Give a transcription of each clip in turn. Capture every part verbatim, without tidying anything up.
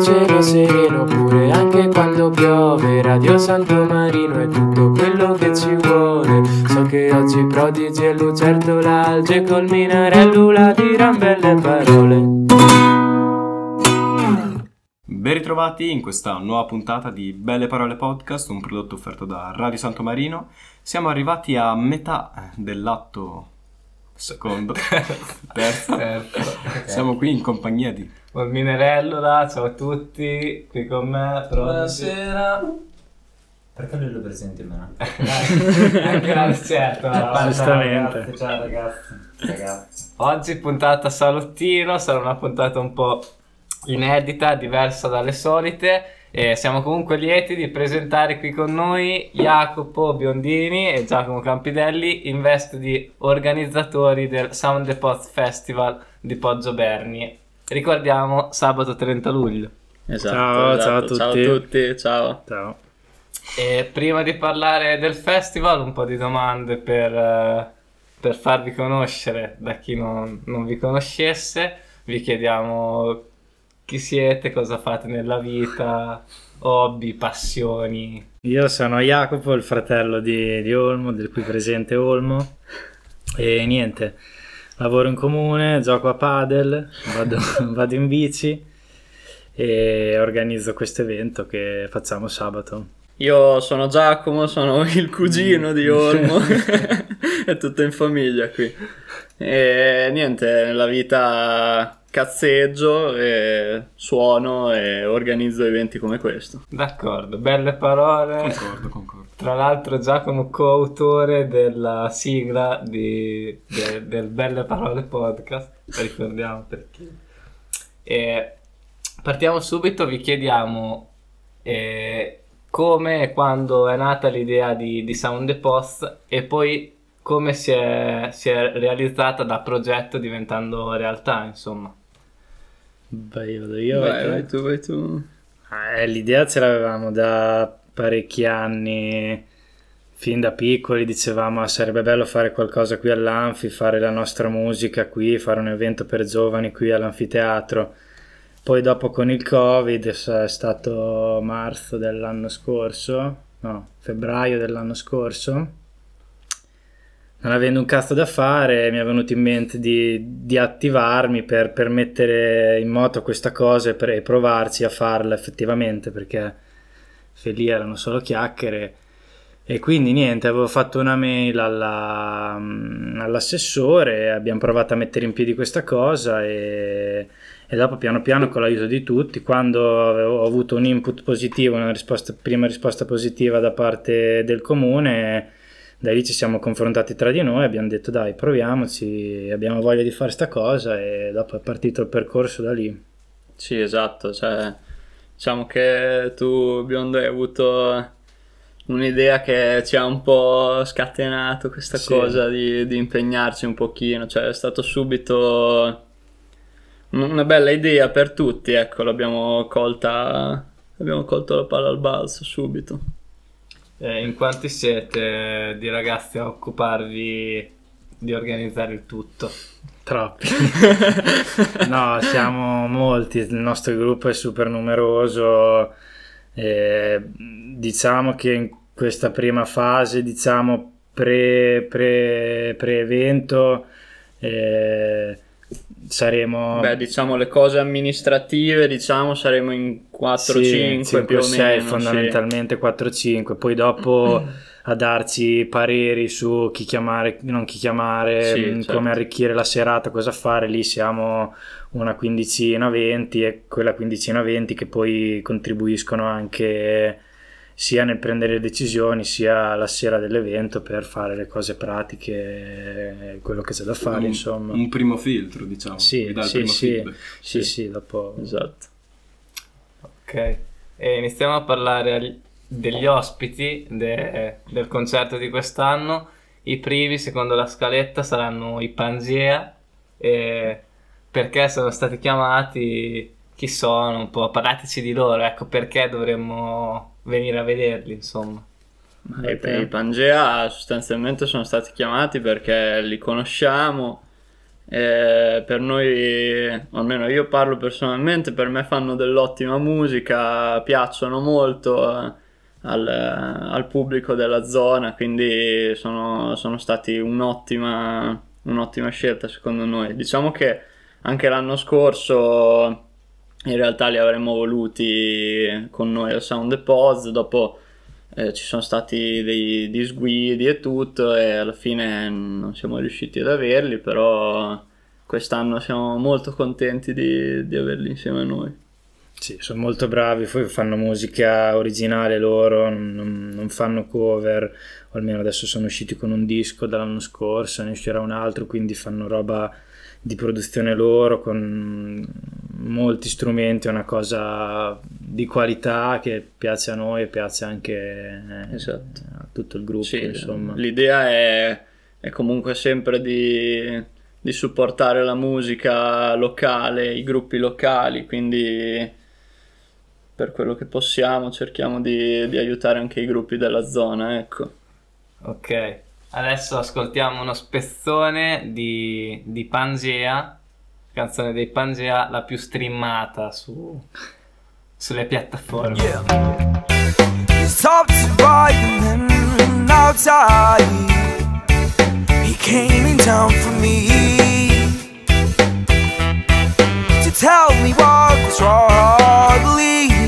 cielo sereno pure anche quando piove. Radio Santo Marino è tutto quello che ci vuole. So che oggi Prodigi e Lucertola Alge col Minarello la diran belle parole. Ben ritrovati in questa nuova puntata di Belle Parole Podcast, un prodotto offerto da Radio Santo Marino. Siamo arrivati a metà dell'atto secondo, terzo. Certo, okay. Siamo qui in compagnia di Col Minarello là, ciao a tutti, qui con me. Buonasera. Perché lui lo presenti meno? Anche la certo, Giustamente. ragazzi, ciao ragazzi. ragazzi. Oggi puntata salottino, sarà una puntata un po' inedita, diversa dalle solite. E siamo comunque lieti di presentare qui con noi Jacopo Biondini e Giacomo Campidelli in veste di organizzatori del Sound the Post Festival di Poggio Berni. Ricordiamo sabato trenta luglio. Esatto, Ciao, esatto. ciao a tutti. Ciao a tutti, ciao. Ciao. E prima di parlare del festival, un po' di domande per, eh, per farvi conoscere da chi non, non vi conoscesse. Vi chiediamo chi siete, cosa fate nella vita, hobby, passioni. Io sono Jacopo, il fratello di, di Olmo, del qui presente Olmo. E niente, lavoro in comune, gioco a padel, vado, vado in bici e organizzo questo evento che facciamo sabato. Io sono Giacomo, sono il cugino di Olmo, è tutto in famiglia qui. E niente, nella vita cazzeggio, e suono e organizzo eventi come questo. D'accordo, belle parole. Concordo, concordo. Tra l'altro Giacomo coautore della sigla di, de, del Belle Parole Podcast, ricordiamo per chi. E partiamo subito, vi chiediamo eh, come e quando è nata l'idea di, di Sound the Post e poi come si è, si è realizzata da progetto diventando realtà, insomma. Vai, vado io. Vai, vai te? vai tu, vai tu. Eh, l'idea ce l'avevamo da parecchi anni, fin da piccoli dicevamo ah, sarebbe bello fare qualcosa qui all'Anfi, fare la nostra musica qui, fare un evento per giovani qui all'anfiteatro. Poi dopo con il Covid è stato marzo dell'anno scorso, no, febbraio dell'anno scorso, non avendo un cazzo da fare mi è venuto in mente di, di attivarmi per, per mettere in moto questa cosa e, per, e provarci a farla effettivamente, perché lì erano solo chiacchiere. E quindi niente, avevo fatto una mail alla, all'assessore, abbiamo provato a mettere in piedi questa cosa e, e dopo piano piano con l'aiuto di tutti, quando avevo, ho avuto un input positivo, una risposta, prima risposta positiva da parte del comune, da lì ci siamo confrontati tra di noi, abbiamo detto dai proviamoci, abbiamo voglia di fare sta cosa e dopo è partito il percorso da lì. Sì, esatto, cioè diciamo che tu, Biondo, hai avuto un'idea che ci ha un po' scatenato questa Sì. cosa di, di impegnarci un pochino, cioè è stato subito una bella idea per tutti, ecco, l'abbiamo colta, abbiamo colto la palla al balzo subito. Eh, in quanti siete di ragazzi a occuparvi di organizzare il tutto? Troppi. No, siamo molti, il nostro gruppo è super numeroso. Eh, diciamo che in questa prima fase, diciamo pre, pre, pre-evento, eh, saremo... Beh, diciamo le cose amministrative, diciamo saremo in quattro cinque più o sei, meno, fondamentalmente sì. quattro cinque, poi dopo a darci pareri su chi chiamare, non chi chiamare, Sì, mh, certo. come arricchire la serata, cosa fare, lì siamo una quindicina, venti e quella quindicina, venti che poi contribuiscono anche sia nel prendere le decisioni sia la sera dell'evento per fare le cose pratiche, quello che c'è da fare, un, insomma. un primo filtro, diciamo. Sì, Vi dà il sì, primo sì, feedback. sì, sì, dopo... Esatto. Ok, e iniziamo a parlare al- degli ospiti de- del concerto di quest'anno. I primi, secondo la scaletta, saranno i Pangea. E perché sono stati chiamati? Chi sono? Un po' parlateci di loro, ecco, perché dovremmo venire a vederli, insomma. Ma i, i Pangea sostanzialmente sono stati chiamati perché li conosciamo Eh, per noi, o almeno io parlo personalmente, per me fanno dell'ottima musica, piacciono molto eh, al, al pubblico della zona, quindi sono, sono stati un'ottima, un'ottima scelta secondo noi. Diciamo che anche l'anno scorso in realtà li avremmo voluti con noi al Sound the Pods, dopo eh, ci sono stati dei disguidi e tutto e alla fine non siamo riusciti ad averli, però quest'anno siamo molto contenti di, di averli insieme a noi. Sì, sono molto bravi, poi fanno musica originale loro, non, non fanno cover, o almeno adesso sono usciti con un disco dall'anno scorso, ne uscirà un altro, quindi fanno roba di produzione loro con molti strumenti, è una cosa di qualità che piace a noi e piace anche eh, Esatto. a tutto il gruppo, Sì, insomma. l'idea è, è comunque sempre di, di supportare la musica locale, i gruppi locali, quindi per quello che possiamo cerchiamo di, di aiutare anche i gruppi della zona, ecco. Ok, adesso ascoltiamo uno spezzone di, di Pangea, canzone dei Pangea, la più streamata su, sulle piattaforme. Yeah. He's top to Brighton outside. He came in town for me to tell me what was wrong,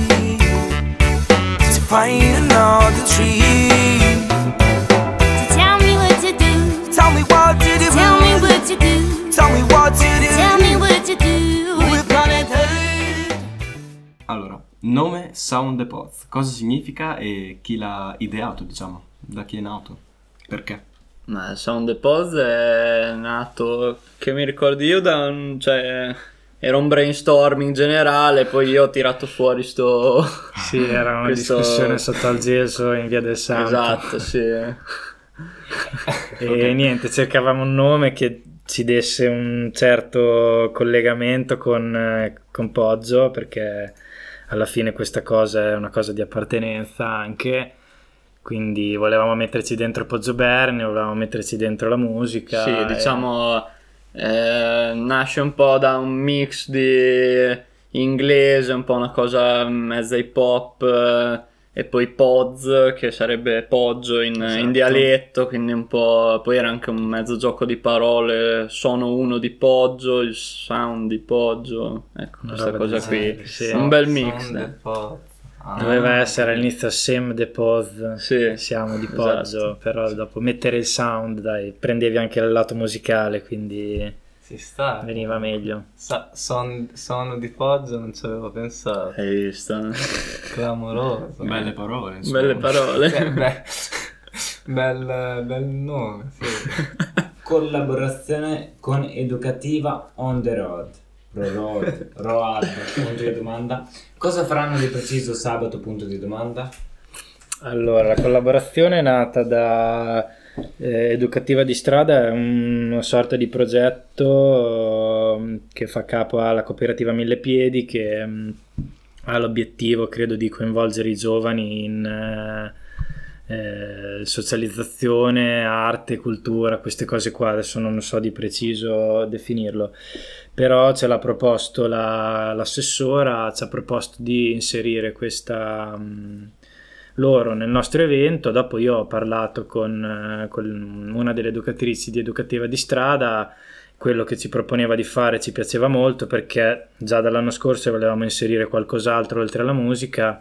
to find another tree. Tell me what to do. Tell me what to do. Tell me what to do. Tell me what to do. Tell me what to do. We're gonna do. Allora, nome Sound the Pods, cosa significa e chi l'ha ideato, diciamo? Da chi è nato? Perché? Ma Sound the Pods è nato, che mi ricordi io, da un, cioè, era un brainstorming generale, poi io ho tirato fuori sto... Sì, era una questo- discussione sotto al gelso in via del Santo. Esatto, sì. E niente, cercavamo un nome che ci desse un certo collegamento con, eh, con Poggio, perché alla fine questa cosa è una cosa di appartenenza anche, quindi volevamo metterci dentro Poggio Berni, volevamo metterci dentro la musica. Sì, e- diciamo, eh, nasce un po' da un mix di inglese, un po' una cosa mezza hip hop, eh, e poi Pods, che sarebbe Poggio in, Esatto. in dialetto, quindi un po', poi era anche un mezzo gioco di parole, sono uno di Poggio, il sound di Poggio, ecco, Una questa roba cosa del qui, genere, sì. un bel mix. Sound the Pods. Ah. Doveva essere all'inizio Sem de Poz, Sì, siamo di Poggio, esatto. però dopo mettere il sound, dai, prendevi anche il lato musicale, quindi Si sta. veniva meglio. Sa- son- sono di Poggio, non ci avevo pensato. Hai visto? Clamoroso. Belle parole, insomma. Belle parole. Eh, beh, bel, bel nome, sì. Collaborazione con Educativa on the road. Pro road, road, punto di domanda. Cosa faranno di preciso sabato, punto di domanda? Allora, la collaborazione è nata da eh, Educativa di Strada, è una sorta di progetto eh, che fa capo alla cooperativa Mille Piedi, che mh, ha l'obiettivo, credo, di coinvolgere i giovani in eh, eh, socializzazione, arte, cultura, queste cose qua. Adesso non so di preciso definirlo, però ce l'ha proposto la, l'assessora, ci ha proposto di inserire questa mh, loro nel nostro evento. Dopo io ho parlato con, eh, con una delle educatrici di Educativa di Strada, quello che ci proponeva di fare ci piaceva molto, perché già dall'anno scorso volevamo inserire qualcos'altro oltre alla musica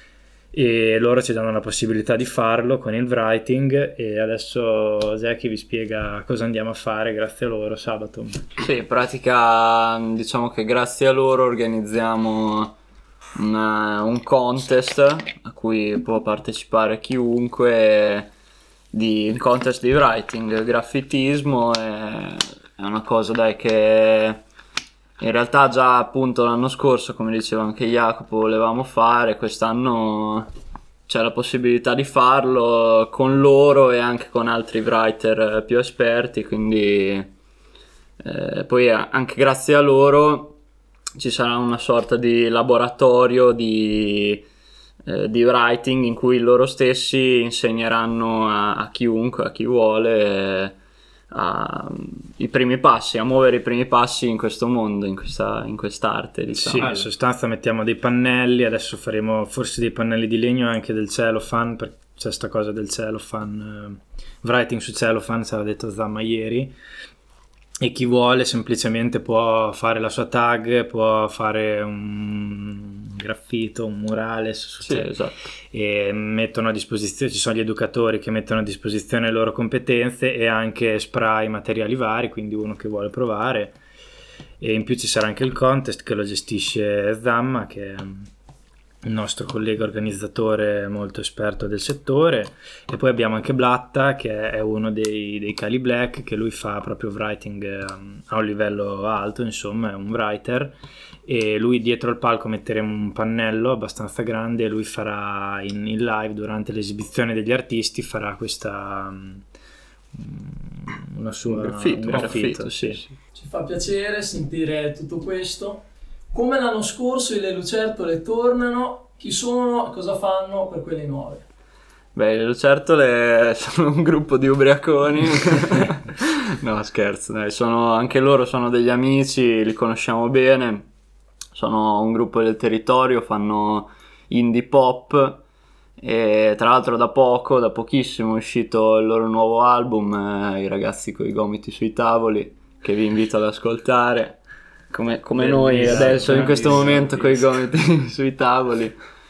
e loro ci danno la possibilità di farlo con il writing, e adesso Zeki vi spiega cosa andiamo a fare grazie a loro sabato. Sì, in pratica diciamo che grazie a loro organizziamo una- un contest a cui può partecipare chiunque, di un contest di writing, graffitismo, e è una cosa dai che in realtà già appunto l'anno scorso, come diceva anche Jacopo, volevamo fare, quest'anno c'è la possibilità di farlo con loro e anche con altri writer più esperti, quindi eh, poi anche grazie a loro ci sarà una sorta di laboratorio di, eh, di writing in cui loro stessi insegneranno a, a chiunque, a chi vuole, eh, a i primi passi, a muovere i primi passi in questo mondo, in questa in quest'arte, Sì, diciamo. in sostanza mettiamo dei pannelli, adesso faremo forse dei pannelli di legno anche del cellophane, perché c'è sta cosa del cellophane, eh, writing su cellophane, ce l'ha detto Zamma ieri, e chi vuole semplicemente può fare la sua tag, può fare un graffito, un murale su Sì, esatto. e mettono a disposizione, ci sono gli educatori che mettono a disposizione le loro competenze e anche spray, materiali vari, quindi uno che vuole provare. E in più ci sarà anche il contest che lo gestisce Zamma, che è il nostro collega organizzatore molto esperto del settore, e poi abbiamo anche Blatta, che è uno dei, dei Cali Black, che lui fa proprio writing um, a un livello alto, insomma è un writer, e lui dietro al palco metteremo un pannello abbastanza grande e lui farà in, in live durante l'esibizione degli artisti farà questa um, una sua Un graffito, un un graffito, graffito, sì. sì. Ci fa piacere sentire tutto questo. Come l'anno scorso i Le Lucertole tornano, chi sono e cosa fanno per quelle nuove? Beh, le Lucertole sono un gruppo di ubriaconi. No, scherzo, dai, sono, anche loro sono degli amici, li conosciamo bene. Sono un gruppo del territorio, fanno indie pop e tra l'altro da poco, da pochissimo è uscito il loro nuovo album, eh, I ragazzi coi gomiti sui tavoli, che vi invito ad ascoltare. Come, come noi Bellissimo, adesso in questo bellissimo, momento coi gomiti sui tavoli.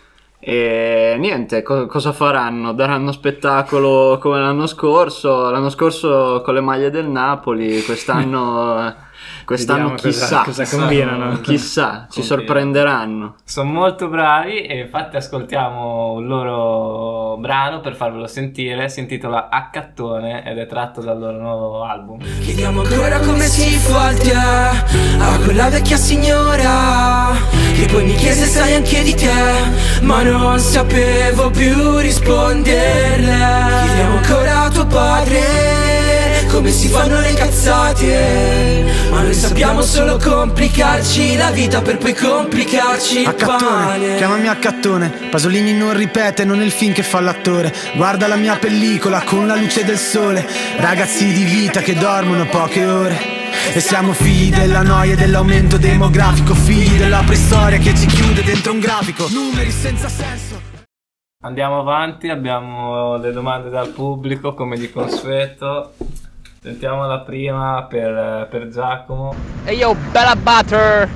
E niente, co- cosa faranno? Daranno spettacolo come l'anno scorso, l'anno scorso con le maglie del Napoli, quest'anno, quest'anno Vediamo chissà, cosa, cosa combinano. chissà, ci sorprenderanno. Sono molto bravi e infatti ascoltiamo un loro brano per farvelo sentire, si intitola Accattone ed è tratto dal loro nuovo album. Chiediamo ancora come si fa il tè a quella vecchia signora che poi mi chiese sai anche di te, ma non sapevo più risponderle. Chiediamo ancora a tuo padre come si fanno le cazzate, ma noi sappiamo solo complicarci la vita per poi complicarci il Accattone, pane. chiamami Accattone. Pasolini non ripete, non è il film che fa l'attore. Guarda la mia pellicola con la luce del sole. Ragazzi di vita che dormono poche ore. E siamo figli della noia e dell'aumento demografico, figli della preistoria che ci chiude dentro un grafico. Numeri senza senso. Andiamo avanti, abbiamo le domande dal pubblico come di consueto. Sentiamo la prima per, per Giacomo. E io, bella butter!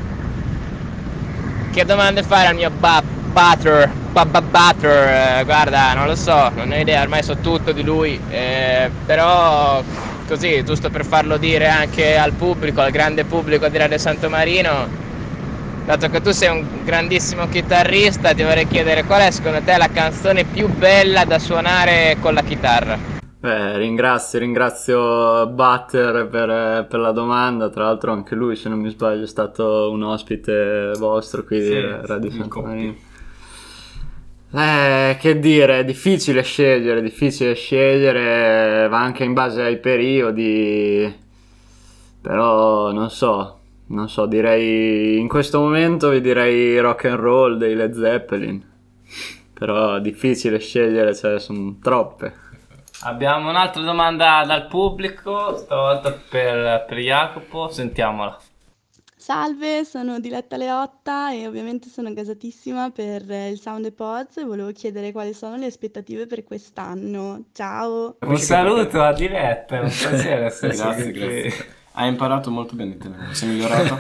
Che domande fare al mio ba- butter? Babba butter? Eh, guarda, non lo so, non ho idea, ormai so tutto di lui. Eh, però, così, giusto per farlo dire anche al pubblico, al grande pubblico di Radio Santo Marino, dato che tu sei un grandissimo chitarrista, ti vorrei chiedere qual è secondo te la canzone più bella da suonare con la chitarra? Beh, ringrazio, ringrazio Butter per, per la domanda. Tra l'altro anche lui, se non mi sbaglio, è stato un ospite vostro qui Sì, di Radio in Santo coppia. Marino. Eh, che dire, è difficile scegliere, difficile scegliere, va anche in base ai periodi, però non so, non so, direi, in questo momento vi direi rock and roll dei Led Zeppelin, però è difficile scegliere, cioè sono troppe. Abbiamo un'altra domanda dal pubblico, stavolta per, per Jacopo, sentiamola. Salve, sono Diletta Leotta e ovviamente sono gasatissima per il Sound e Pods e volevo chiedere quali sono le aspettative per quest'anno. Ciao! Un saluto a Diletta, è un piacere essere Grazie, qui. grazie. Hai imparato molto bene italiano, sei migliorato.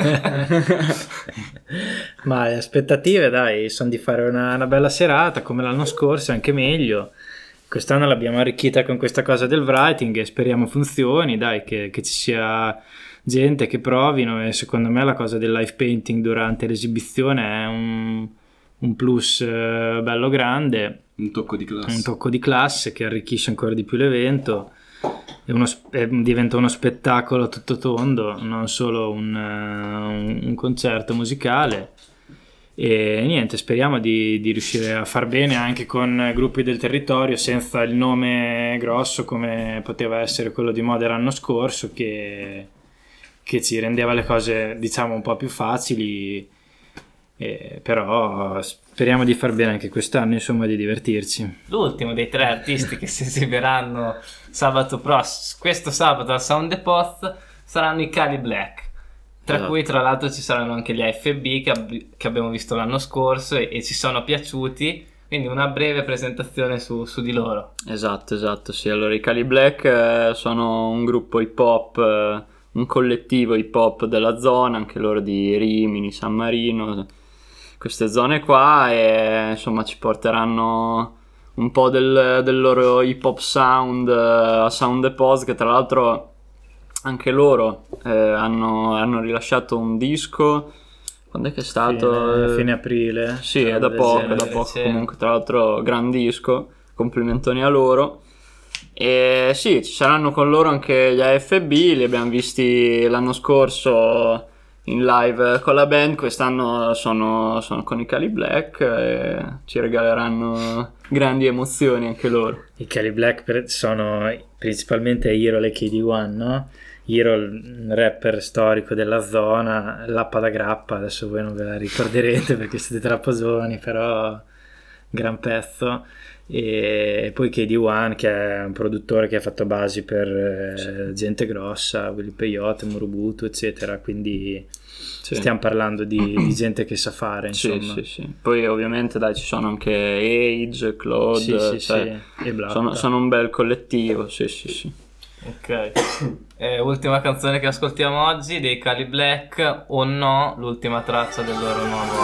Ma le aspettative, dai, sono di fare una, una bella serata come l'anno scorso, anche meglio. Quest'anno l'abbiamo arricchita con questa cosa del writing e speriamo funzioni, dai, che, che ci sia gente che provino, e secondo me la cosa del live painting durante l'esibizione è un, un plus eh, bello grande, Un tocco di classe. un tocco di classe che arricchisce ancora di più l'evento. È uno, è- diventa uno spettacolo a tutto tondo, non solo un, eh, un concerto musicale. E niente, speriamo di, di riuscire a far bene anche con gruppi del territorio senza il nome grosso come poteva essere quello di Moda l'anno scorso, che, che ci rendeva le cose diciamo un po' più facili E, però speriamo di far bene anche quest'anno, insomma, di divertirci. L'ultimo dei tre artisti che si esibiranno sabato prossimo, questo sabato al Sound Depot, saranno i Cali Black, tra esatto. cui tra l'altro ci saranno anche gli A F B che, ab- che abbiamo visto l'anno scorso e, e ci sono piaciuti, quindi una breve presentazione su, su di loro. Esatto, esatto, sì. Allora i Cali Black eh, sono un gruppo hip hop, eh, un collettivo hip hop della zona, anche loro di Rimini, San Marino, queste zone qua, e insomma ci porteranno un po' del, del loro hip hop sound eh, a Sound Depot, che tra l'altro anche loro eh, hanno, hanno rilasciato un disco. Quando è che è stato? Fine, fine aprile. Sì, è da poco, da poco comunque, tra l'altro gran disco, complimentoni a loro. E sì, ci saranno con loro anche gli A F B, li abbiamo visti l'anno scorso in live con la band, quest'anno sono, sono con i Cali Black e ci regaleranno grandi emozioni anche loro. I Cali Black sono principalmente Hiro e K D one, no? Hiro, il rapper storico della zona, Lappa da Grappa, adesso voi non ve la ricorderete perché siete troppo giovani, però gran pezzo. E poi K D one, che è un produttore che ha fatto basi per eh, gente grossa, Willy Peyote, Murubutu, eccetera, quindi sì, stiamo parlando di, di gente che sa fare, insomma. Sì, sì, sì. Poi ovviamente dai, ci sono anche Age, Claude, sì, sì, cioè, sì. E Black. Sono, sono un bel collettivo, sì, sì, sì. Ok, eh, ultima canzone che ascoltiamo oggi dei Cali Black, O No, l'ultima traccia del loro nuovo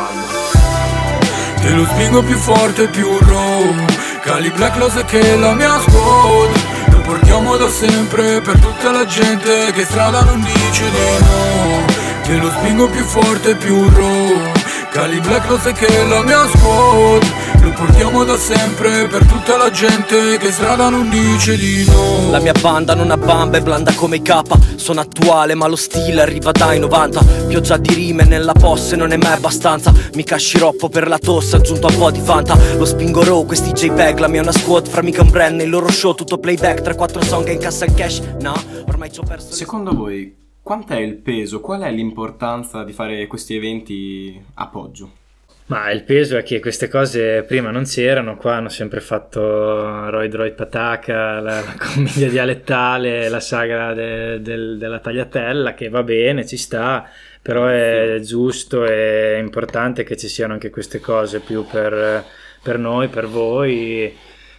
album. Te lo spingo più forte, più raw. Cali Black lo sai che è la mia squad. Lo portiamo da sempre per tutta la gente che strada non dice di no. Te lo spingo più forte, più raw. Cali Black lo sai che è la mia squad. Lo portiamo da sempre per tutta la gente che strada non dice di no. La mia banda non ha bamba, è blanda come i K. Sono attuale ma lo stile arriva dai novanta. Pioggia di rime nella posse non è mai abbastanza. Mica sciroppo per la tosse aggiunto un po' di Fanta. Lo spingo raw, questi JPEG, la mia è una squad. Fra mica un brand nei loro show, tutto playback. tre quattro song e in cassa il cash. No, ormai ci ho perso. Secondo voi quant'è il peso, qual è l'importanza di fare questi eventi a Poggio? Ma il peso è che queste cose prima non c'erano, qua hanno sempre fatto Roy Droid Pataka, la, la commedia dialettale, la saga de, del, della tagliatella, che va bene, ci sta, però è giusto e importante che ci siano anche queste cose più per, per noi, per voi.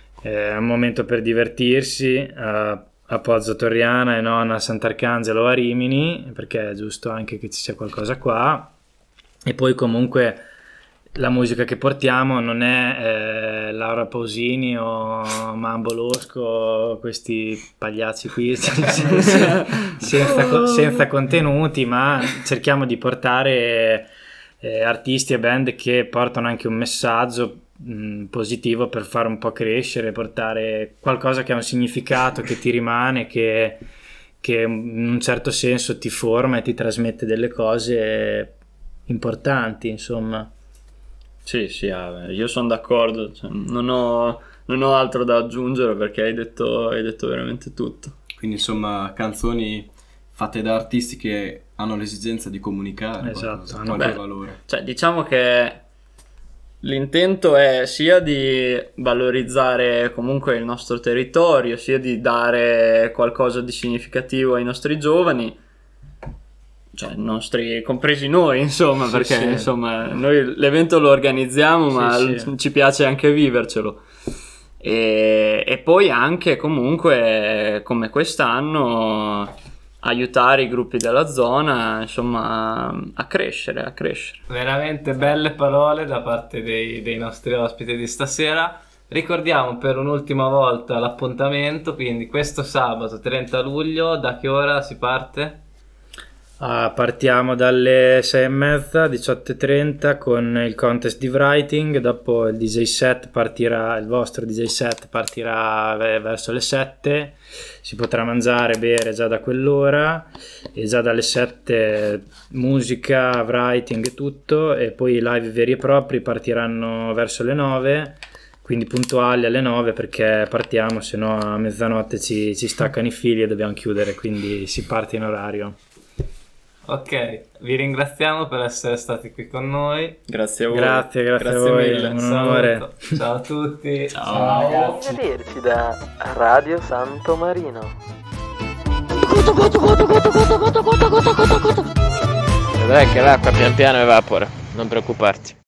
È un momento per divertirsi a, a Poggio Torriana e non a Sant'Arcangelo o a Rimini, perché è giusto anche che ci sia qualcosa qua. E poi comunque la musica che portiamo non è eh, Laura Pausini o Mambo Losco, questi pagliacci qui senza, senza, senza contenuti, ma cerchiamo di portare eh, artisti e band che portano anche un messaggio mh, positivo per fare un po' crescere, portare qualcosa che ha un significato, che ti rimane, che, che in un certo senso ti forma e ti trasmette delle cose importanti, insomma. Sì, sì, ah, io sono d'accordo, cioè, non, ho, non ho altro da aggiungere perché hai detto, hai detto veramente tutto. Quindi insomma canzoni fatte da artisti che hanno l'esigenza di comunicare, esatto, hanno qualche valore. Cioè diciamo che l'intento è sia di valorizzare comunque il nostro territorio, sia di dare qualcosa di significativo ai nostri giovani, cioè nostri, compresi noi, insomma, sì, perché sì. insomma noi l'evento lo organizziamo, ma sì, sì. ci piace anche vivercelo. E, e poi anche comunque come quest'anno aiutare i gruppi della zona, insomma, a crescere, a crescere. Veramente belle parole da parte dei, dei nostri ospiti di stasera. Ricordiamo per un'ultima volta l'appuntamento, quindi questo sabato trenta luglio, da che ora si parte? Ah, partiamo dalle sei e mezza, diciotto e trenta con il contest di writing, dopo il D J set partirà, il vostro D J set partirà verso le sette, si potrà mangiare, bere già da quell'ora e già dalle sette musica, writing e tutto, e poi i live veri e propri partiranno verso le nove, quindi puntuali alle nove perché partiamo, se no a mezzanotte ci, ci staccano i fili e dobbiamo chiudere, quindi si parte in orario. Ok, vi ringraziamo per essere stati qui con noi. Grazie a voi. Grazie, grazie, Grazie a voi. mille. Un onore. Saluto. Ciao a tutti. Ciao. ragazzi. Arrivederci da Radio Santo Marino. Vedrai che l'acqua pian piano evapora, non preoccuparti.